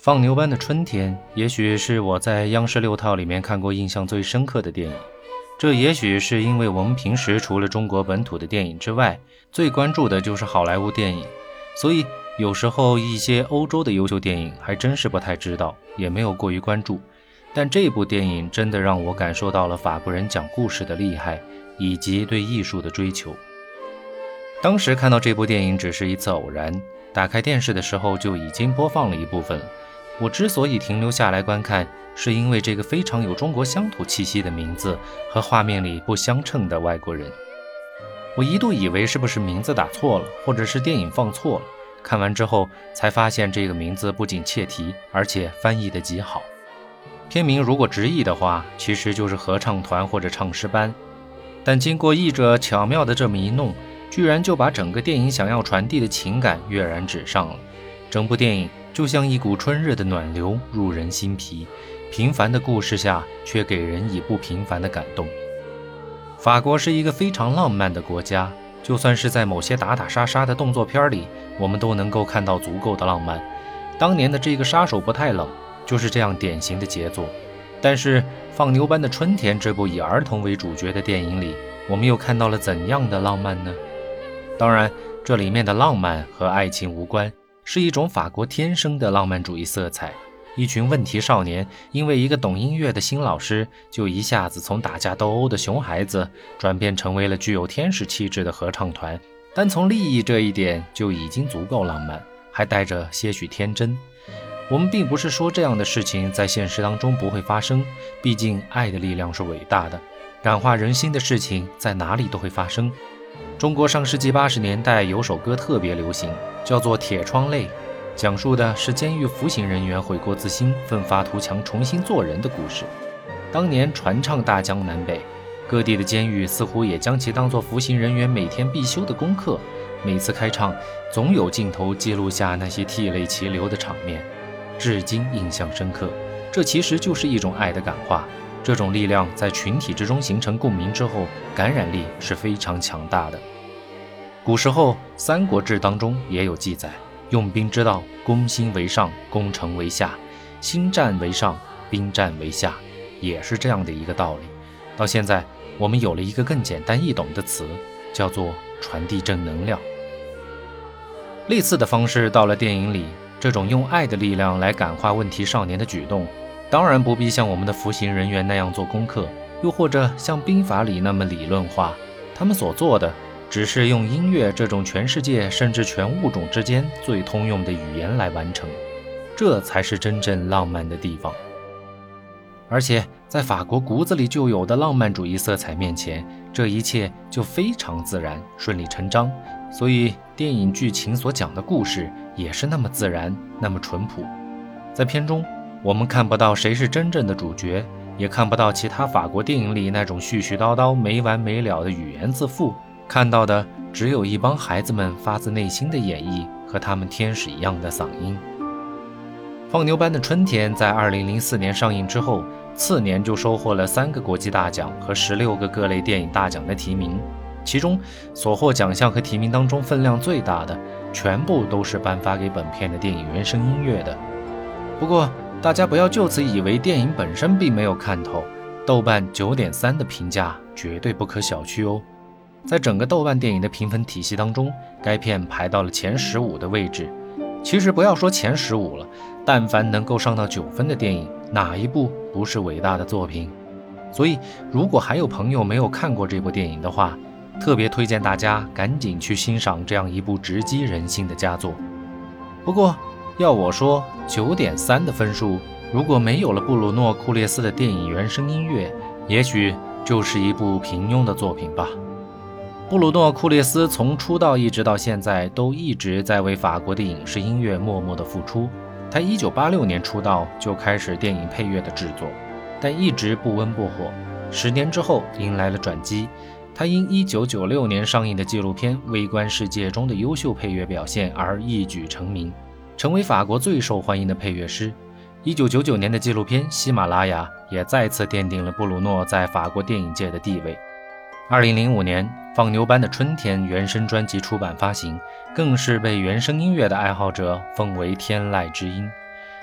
放牛班的春天也许是我在央视6套里面看过印象最深刻的电影。这也许是因为我们平时除了中国本土的电影之外，最关注的就是好莱坞电影，所以有时候一些欧洲的优秀电影还真是不太知道，也没有过于关注。但这部电影真的让我感受到了法国人讲故事的厉害，以及对艺术的追求。当时看到这部电影只是一次偶然，打开电视的时候就已经播放了一部分了。我之所以停留下来观看，是因为这个非常有中国乡土气息的名字和画面里不相称的外国人。我一度以为是不是名字打错了，或者是电影放错了，看完之后才发现这个名字不仅切题，而且翻译得极好。片名如果直译的话，其实就是合唱团或者唱诗班，但经过译者巧妙的这么一弄，居然就把整个电影想要传递的情感跃然纸上了。整部电影就像一股春日的暖流，入人心脾，平凡的故事下却给人以不平凡的感动。法国是一个非常浪漫的国家，就算是在某些打打杀杀的动作片里，我们都能够看到足够的浪漫。当年的这个杀手不太冷就是这样典型的杰作。但是放牛班的春天这部以儿童为主角的电影里，我们又看到了怎样的浪漫呢？当然，这里面的浪漫和爱情无关，是一种法国天生的浪漫主义色彩。一群问题少年因为一个懂音乐的新老师，就一下子从打架斗殴的熊孩子转变成为了具有天使气质的合唱团。单从利益这一点就已经足够浪漫，还带着些许天真。我们并不是说这样的事情在现实当中不会发生，毕竟爱的力量是伟大的，感化人心的事情在哪里都会发生。中国上世纪80年代有首歌特别流行，叫做《铁窗泪》，讲述的是监狱服刑人员悔过自新，奋发图强，重新做人的故事。当年传唱大江南北，各地的监狱似乎也将其当作服刑人员每天必修的功课。每次开唱，总有镜头记录下那些涕泪齐流的场面，至今印象深刻。这其实就是一种爱的感化，这种力量在群体之中形成共鸣之后，感染力是非常强大的。古时候《三国志》当中也有记载，用兵之道，攻心为上，攻城为下，心战为上，兵战为下，也是这样的一个道理。到现在我们有了一个更简单易懂的词，叫做传递正能量。类似的方式到了电影里，这种用爱的力量来感化问题少年的举动，当然不必像我们的服刑人员那样做功课，又或者像兵法里那么理论化。他们所做的只是用音乐这种全世界甚至全物种之间最通用的语言来完成，这才是真正浪漫的地方。而且在法国骨子里就有的浪漫主义色彩面前，这一切就非常自然，顺理成章。所以电影剧情所讲的故事也是那么自然，那么淳朴。在片中我们看不到谁是真正的主角，也看不到其他法国电影里那种絮絮叨叨没完没了的语言自负，看到的只有一帮孩子们发自内心的演绎和他们天使一样的嗓音。放牛班的春天在2004年上映之后，次年就收获了3个国际大奖和16个各类电影大奖的提名，其中所获奖项和提名当中分量最大的，全部都是颁发给本片的电影原声音乐的。不过大家不要就此以为电影本身并没有看头，豆瓣9.3的评价绝对不可小觑哦。在整个豆瓣电影的评分体系当中，该片排到了前15的位置。其实不要说前15了，但凡能够上到9分的电影，哪一部不是伟大的作品？所以如果还有朋友没有看过这部电影的话，特别推荐大家赶紧去欣赏这样一部直击人心的佳作。不过要我说，9.3的分数如果没有了布鲁诺·库列斯的电影原声音乐，也许就是一部平庸的作品吧。布鲁诺·库列斯从出道一直到现在都一直在为法国的影视音乐默默的付出。他1986年出道就开始电影配乐的制作，但一直不温不火。10年之后迎来了转机，他因1996年上映的纪录片《微观世界》中的优秀配乐表现而一举成名，成为法国最受欢迎的配乐师。1999年的纪录片《喜马拉雅》也再次奠定了布鲁诺在法国电影界的地位。2005年，放牛班的春天原声专辑出版发行，更是被原声音乐的爱好者奉为天籁之音。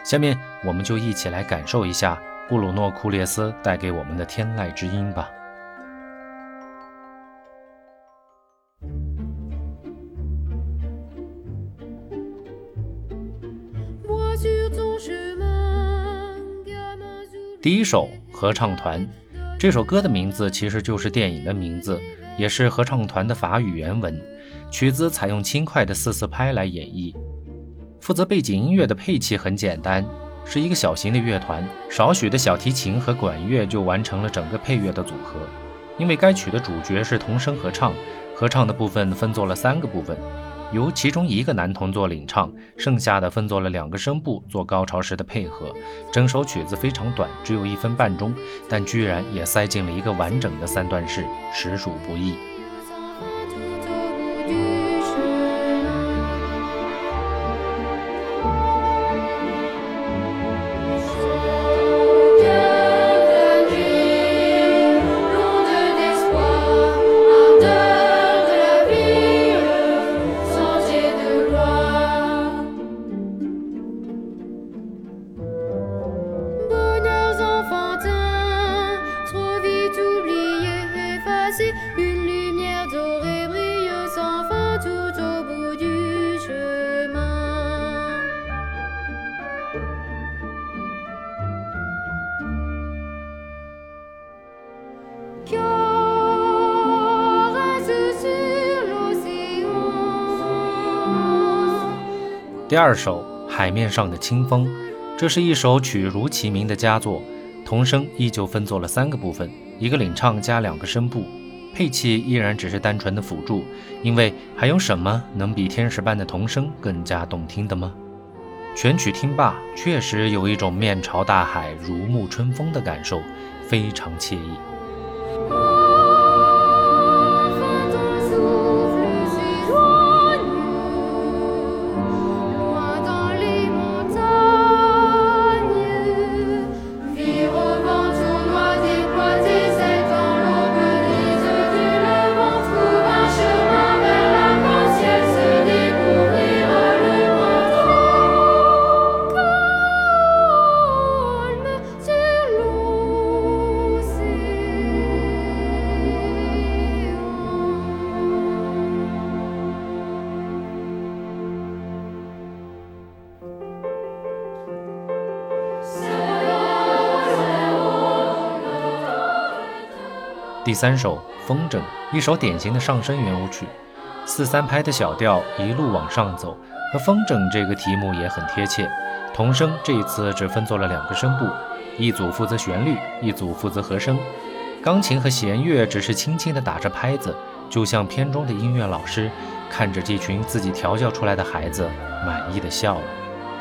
下面我们就一起来感受一下布鲁诺·库列斯带给我们的天籁之音吧。第一首合唱团，这首歌的名字其实就是电影的名字，也是合唱团的法语原文。曲子采用轻快的4/4拍来演绎。负责背景音乐的配器很简单，是一个小型的乐团，少许的小提琴和管乐就完成了整个配乐的组合。因为该曲的主角是童声合唱，合唱的部分分作了3个部分，由其中1个男童做领唱，剩下的分作了2个声部做高潮时的配合。整首曲子非常短，只有1分半钟，但居然也塞进了一个完整的3段式，实属不易。第2首海面上的清风，这是一首曲如其名的佳作，童声依旧分作了3个部分，1个领唱加2个声部，配器依然只是单纯的辅助，因为还有什么能比天使般的童声更加动听的吗？全曲听罢，确实有一种面朝大海如沐春风的感受，非常惬意。第3首风筝，一首典型的上升圆舞曲，4/3拍的小调一路往上走，和风筝这个题目也很贴切。童声这一次只分作了2个声部，一组负责旋律，一组负责和声。钢琴和弦乐只是轻轻地打着拍子，就像片中的音乐老师看着这群自己调教出来的孩子，满意的笑了。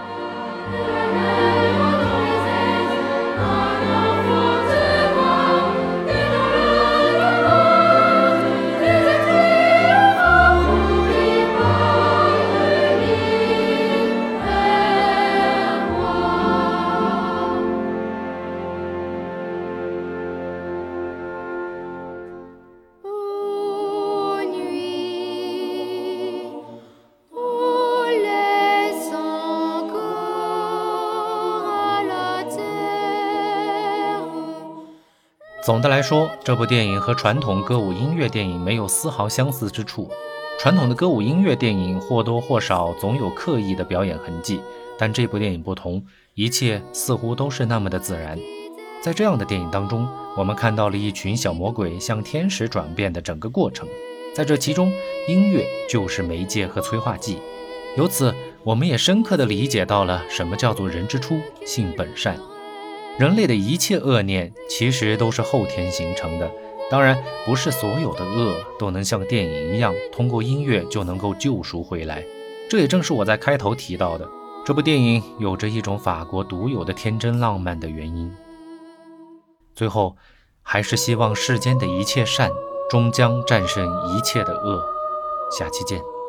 总的来说，这部电影和传统歌舞音乐电影没有丝毫相似之处。传统的歌舞音乐电影或多或少总有刻意的表演痕迹，但这部电影不同，一切似乎都是那么的自然。在这样的电影当中，我们看到了一群小魔鬼向天使转变的整个过程，在这其中，音乐就是媒介和催化剂。由此，我们也深刻地理解到了什么叫做人之初，性本善。人类的一切恶念其实都是后天形成的，当然不是所有的恶都能像电影一样通过音乐就能够救赎回来。这也正是我在开头提到的，这部电影有着一种法国独有的天真浪漫的原因。最后，还是希望世间的一切善终将战胜一切的恶。下期见。